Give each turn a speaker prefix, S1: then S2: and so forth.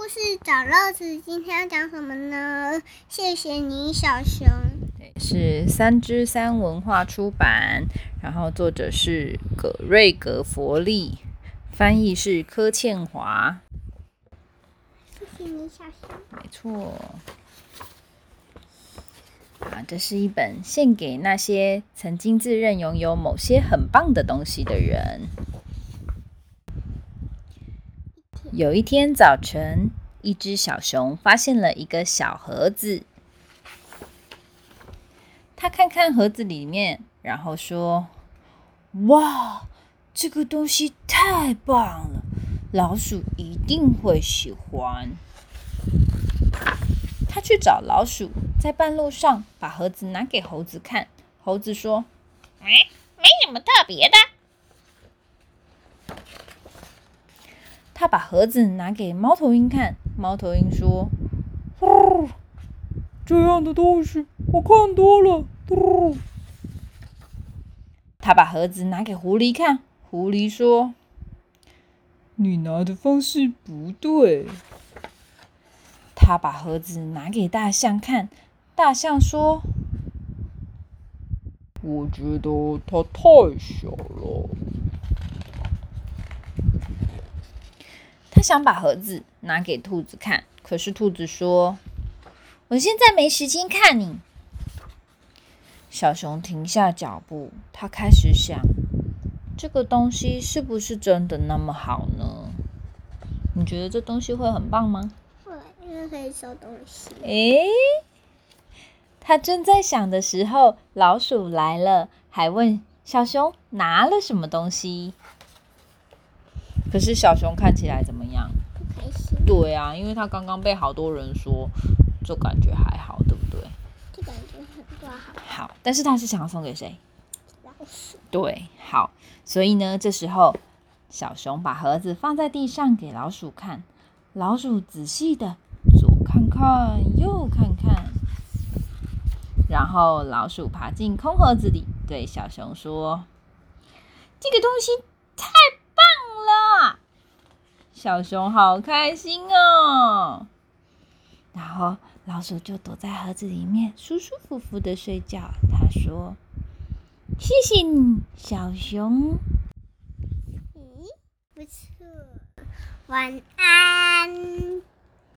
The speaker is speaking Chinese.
S1: 故事找乐子，今天要讲什么呢？谢谢你，小熊。
S2: 对，是3之3文化出版，然后作者是葛瑞格佛利，翻译是柯倩华。
S1: 谢谢你，小熊。
S2: 没错。这是一本献给那些曾经自认拥有某些很棒的东西的人。有一天早晨，一只小熊发现了一个小盒子。他看看盒子里面，然后说：“哇，这个东西太棒了，老鼠一定会喜欢。”他去找老鼠，在半路上把盒子拿给猴子看。猴子说：“没什么特别的。”他把盒子拿给猫头鹰看，猫头鹰说：“这样的东西我看多了。”他把盒子拿给狐狸看，狐狸说：“你拿的方式不对。”他把盒子拿给大象看，大象说：“我觉得它太小了。”他想把盒子拿给兔子看，可是兔子说：“我现在没时间看你。”小熊停下脚步，他开始想，这个东西是不是真的那么好呢？你觉得这东西会很棒吗？
S1: 会，因为可以收东西。
S2: 他正在想的时候，老鼠来了，还问小熊拿了什么东西。可是小熊看起来怎么样？
S1: 不开心。
S2: 对啊，因为他刚刚被好多人说，就感觉还好，对不对？
S1: 就感觉很不好。
S2: 好，但是他是想要送给谁？
S1: 老鼠。
S2: 对，好，所以呢，这时候小熊把盒子放在地上给老鼠看，老鼠仔细的左看看右看看，然后老鼠爬进空盒子里，对小熊说：“这个东西太棒了！”小熊好开心哦。然后老鼠就躲在盒子里面，舒舒服服的睡觉。他说：“谢谢你，小熊。”
S1: 不错。晚安。